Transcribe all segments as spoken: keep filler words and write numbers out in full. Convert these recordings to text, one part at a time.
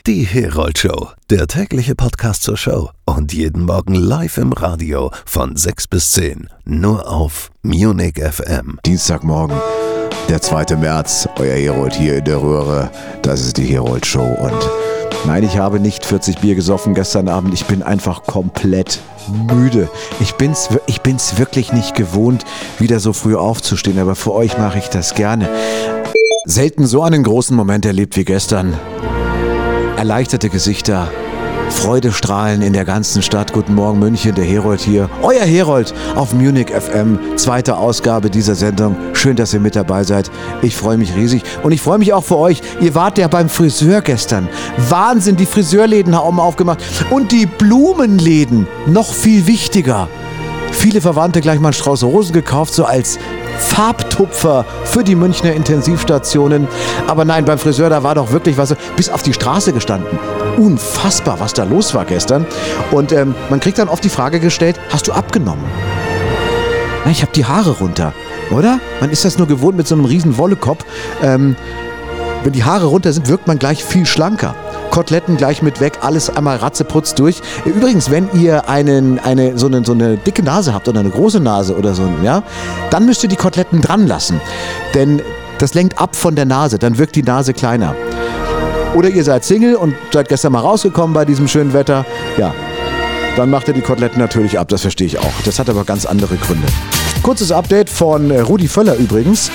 Die Herold Show, der tägliche Podcast zur Show und jeden Morgen live im Radio von sechs bis zehn, nur auf Munich F M. Dienstagmorgen, der zweite März, euer Herold hier in der Röhre, das ist die Herold Show und nein, ich habe nicht vierzig Bier gesoffen gestern Abend, ich bin einfach komplett müde. Ich bin's, ich bin's wirklich nicht gewohnt, wieder so früh aufzustehen, aber für euch mache ich das gerne. Selten so einen großen Moment erlebt wie gestern. Erleichterte Gesichter, Freudestrahlen in der ganzen Stadt. Guten Morgen München, der Herold hier. Euer Herold auf Munich F M, zweite Ausgabe dieser Sendung. Schön, dass ihr mit dabei seid. Ich freue mich riesig und ich freue mich auch für euch. Ihr wart ja beim Friseur gestern. Wahnsinn, die Friseurläden haben aufgemacht und die Blumenläden, noch viel wichtiger. Viele Verwandte gleich mal einen Strauß Rosen gekauft, so als Farbtupfer für die Münchner Intensivstationen. Aber nein, beim Friseur, da war doch wirklich was, bis auf die Straße gestanden. Unfassbar, was da los war gestern. Und ähm, man kriegt dann oft die Frage gestellt, hast du abgenommen? Na, ich habe die Haare runter, oder? Man ist das nur gewohnt mit so einem riesen Wollekopf. Ähm, wenn die Haare runter sind, wirkt man gleich viel schlanker. Koteletten gleich mit weg, alles einmal ratzeputz durch. Übrigens, wenn ihr einen, eine, so, eine, so eine dicke Nase habt oder eine große Nase oder so, ja, dann müsst ihr die Koteletten dran lassen. Denn das lenkt ab von der Nase, dann wirkt die Nase kleiner. Oder ihr seid Single und seid gestern mal rausgekommen bei diesem schönen Wetter. Ja, dann macht ihr die Koteletten natürlich ab, das verstehe ich auch. Das hat aber ganz andere Gründe. Kurzes Update von Rudi Völler übrigens.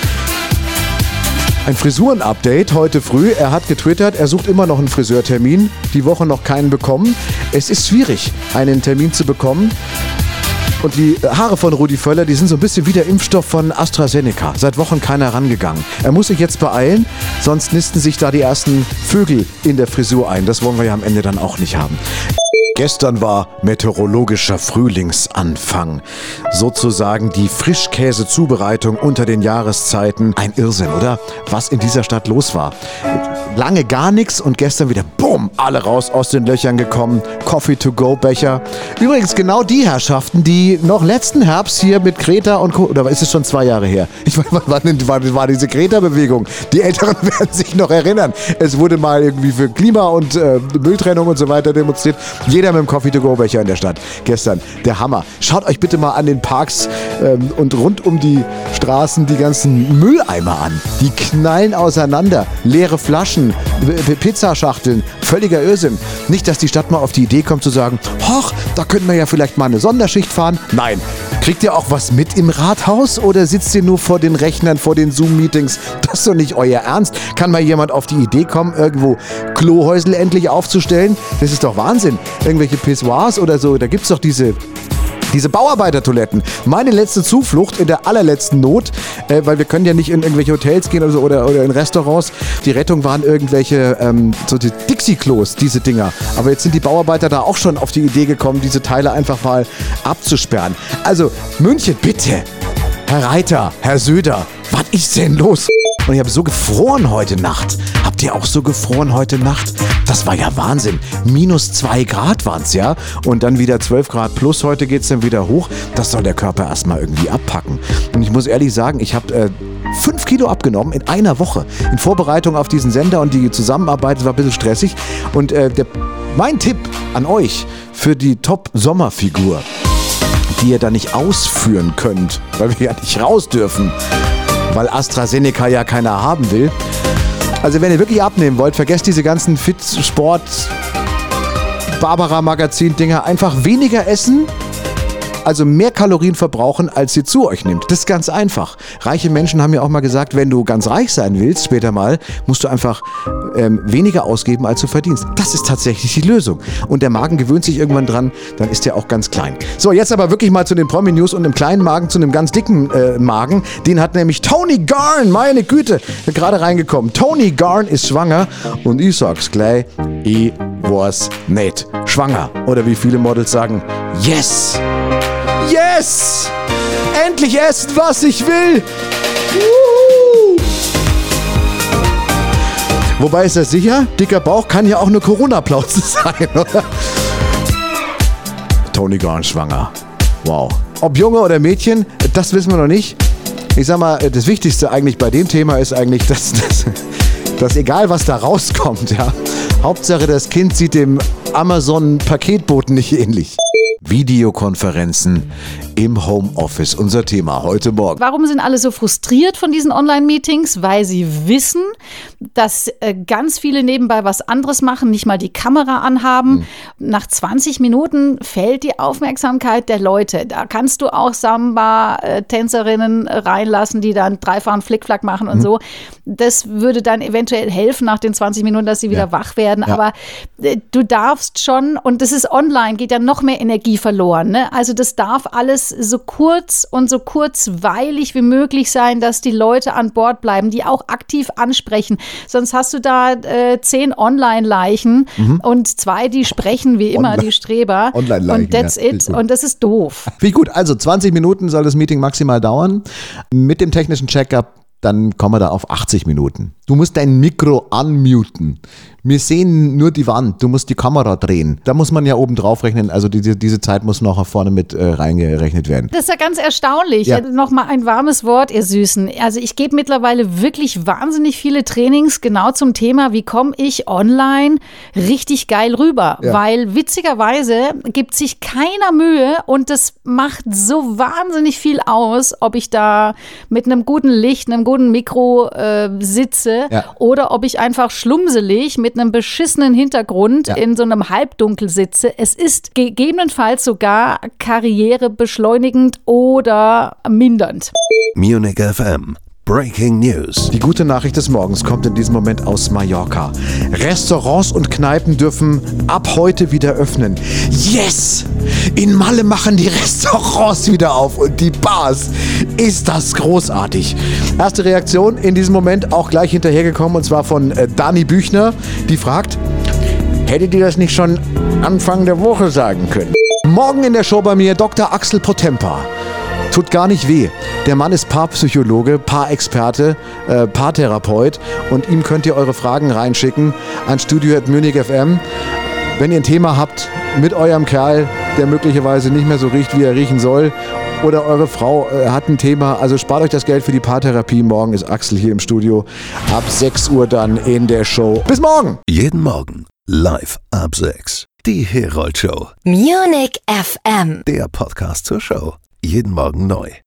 Ein Frisuren-Update heute früh. Er hat getwittert, er sucht immer noch einen Friseurtermin. Die Woche noch keinen bekommen. Es ist schwierig, einen Termin zu bekommen. Und die Haare von Rudi Völler, die sind so ein bisschen wie der Impfstoff von AstraZeneca. Seit Wochen keiner rangegangen. Er muss sich jetzt beeilen, sonst nisten sich da die ersten Vögel in der Frisur ein. Das wollen wir ja am Ende dann auch nicht haben. Gestern war meteorologischer Frühlingsanfang. Sozusagen die Frischkäsezubereitung unter den Jahreszeiten. Ein Irrsinn, oder? Was in dieser Stadt los war. Lange gar nichts und gestern wieder, bumm, alle raus aus den Löchern gekommen. Coffee-to-go-Becher. Übrigens genau die Herrschaften, die noch letzten Herbst hier mit Greta und Co. Oder ist es schon zwei Jahre her? Ich meine, wann war, war diese Greta-Bewegung? Die Älteren werden sich noch erinnern. Es wurde mal irgendwie für Klima und äh, Mülltrennung und so weiter demonstriert. Jeder mit dem Coffee-to-go-Becher in der Stadt. Gestern, der Hammer. Schaut euch bitte mal an den Parks ähm, und rund um die Straßen die ganzen Mülleimer an. Die knallen auseinander. Leere Flaschen, P- Pizzaschachteln, völliger Irrsinn. Nicht, dass die Stadt mal auf die Idee kommt zu sagen, hoch, da könnten wir ja vielleicht mal eine Sonderschicht fahren. Nein. Kriegt ihr auch was mit im Rathaus oder sitzt ihr nur vor den Rechnern, vor den Zoom-Meetings? Das ist doch nicht euer Ernst. Kann mal jemand auf die Idee kommen, irgendwo Klohäusel endlich aufzustellen? Das ist doch Wahnsinn. Irgendwelche Pissoirs oder so, da gibt's doch diese... Diese Bauarbeitertoiletten, meine letzte Zuflucht in der allerletzten Not, äh, weil wir können ja nicht in irgendwelche Hotels gehen oder, so, oder, oder in Restaurants. Die Rettung waren irgendwelche, ähm, so die Dixie-Klos, diese Dinger. Aber jetzt sind die Bauarbeiter da auch schon auf die Idee gekommen, diese Teile einfach mal abzusperren. Also München, bitte, Herr Reiter, Herr Söder, was ist denn los? Und ich habe so gefroren heute Nacht. Habt ihr auch so gefroren heute Nacht? Das war ja Wahnsinn. Minus zwei Grad waren es ja. Und dann wieder zwölf Grad plus. Heute geht es dann wieder hoch. Das soll der Körper erstmal irgendwie abpacken. Und ich muss ehrlich sagen, ich habe äh, fünf Kilo abgenommen in einer Woche. In Vorbereitung auf diesen Sender und die Zusammenarbeit, das war ein bisschen stressig. Und äh, der, mein Tipp an euch für die Top-Sommerfigur, die ihr da nicht ausführen könnt, weil wir ja nicht raus dürfen, weil AstraZeneca ja keiner haben will. Also wenn ihr wirklich abnehmen wollt, vergesst diese ganzen Fit, Sport, Barbara-Magazin-Dinger. Einfach weniger essen, also mehr Kalorien verbrauchen, als ihr zu euch nehmt. Das ist ganz einfach. Reiche Menschen haben ja auch mal gesagt, wenn du ganz reich sein willst, später mal, musst du einfach ähm, weniger ausgeben, als du verdienst. Das ist tatsächlich die Lösung. Und der Magen gewöhnt sich irgendwann dran, dann ist der auch ganz klein. So, jetzt aber wirklich mal zu den Promi-News und im kleinen Magen zu einem ganz dicken äh, Magen. Den hat nämlich Toni Garn, meine Güte, gerade reingekommen. Toni Garn ist schwanger und ich sag's gleich, ich war's nicht schwanger. Oder wie viele Models sagen, yes! Yes! Endlich essen, was ich will! Woohoo! Wobei ist das sicher? Dicker Bauch kann ja auch eine Corona-Plauze sein, oder? Toni Garn schwanger. Wow. Ob Junge oder Mädchen, das wissen wir noch nicht. Ich sag mal, das Wichtigste eigentlich bei dem Thema ist eigentlich, dass, dass, dass egal was da rauskommt, ja, Hauptsache, das Kind sieht dem Amazon-Paketboten nicht ähnlich. Videokonferenzen im Homeoffice, unser Thema heute Morgen. Warum sind alle so frustriert von diesen Online-Meetings? Weil sie wissen, dass äh, ganz viele nebenbei was anderes machen, nicht mal die Kamera anhaben. Mhm. Nach zwanzig Minuten fällt die Aufmerksamkeit der Leute. Da kannst du auch Samba-Tänzerinnen reinlassen, die dann dreifachen Flickflack machen und mhm. so. Das würde dann eventuell helfen nach den zwanzig Minuten, dass sie wieder ja. wach werden. Ja. Aber äh, du darfst schon, und das ist online, geht ja noch mehr Energie verloren. Ne? Also das darf alles so kurz und so kurzweilig wie möglich sein, dass die Leute an Bord bleiben, die auch aktiv ansprechen. Sonst hast du da äh, zehn Online-Leichen mhm. und zwei, die sprechen wie immer, Online- die Streber. Online-Leichen, und that's ja, it. Und das ist doof. Wie gut, also zwanzig Minuten soll das Meeting maximal dauern. Mit dem technischen Check-up, dann kommen wir da auf achtzig Minuten. Du musst dein Mikro unmuten. Wir sehen nur die Wand, du musst die Kamera drehen. Da muss man ja oben drauf rechnen, also diese, diese Zeit muss noch vorne mit äh, reingerechnet werden. Das ist ja ganz erstaunlich. Ja. Nochmal ein warmes Wort, ihr Süßen. Also ich gebe mittlerweile wirklich wahnsinnig viele Trainings genau zum Thema, wie komme ich online richtig geil rüber. Ja. Weil witzigerweise gibt sich keiner Mühe und das macht so wahnsinnig viel aus, ob ich da mit einem guten Licht, einem guten Mikro äh, sitze ja. oder ob ich einfach schlumselig mit einem beschissenen Hintergrund ja. in so einem Halbdunkel sitze. Es ist gegebenenfalls sogar karrierebeschleunigend oder mindernd. Munich F M. Breaking News. Die gute Nachricht des Morgens kommt in diesem Moment aus Mallorca. Restaurants und Kneipen dürfen ab heute wieder öffnen. Yes! In Malle machen die Restaurants wieder auf und die Bars. Ist das großartig. Erste Reaktion in diesem Moment auch gleich hinterhergekommen und zwar von äh, Dani Büchner, die fragt, hättet ihr das nicht schon Anfang der Woche sagen können? Morgen in der Show bei mir Doktor Axel Potempa. Tut gar nicht weh. Der Mann ist Paarpsychologe, Paarexperte, äh, Paartherapeut und ihm könnt ihr eure Fragen reinschicken an studio at munich punkt f m. Wenn ihr ein Thema habt mit eurem Kerl, der möglicherweise nicht mehr so riecht, wie er riechen soll, oder eure Frau äh, hat ein Thema, also spart euch das Geld für die Paartherapie. Morgen ist Axel hier im Studio. Ab sechs Uhr dann in der Show. Bis morgen! Jeden Morgen live ab sechs. Die Herold Show. Munich F M. Der Podcast zur Show. Jeden Morgen neu.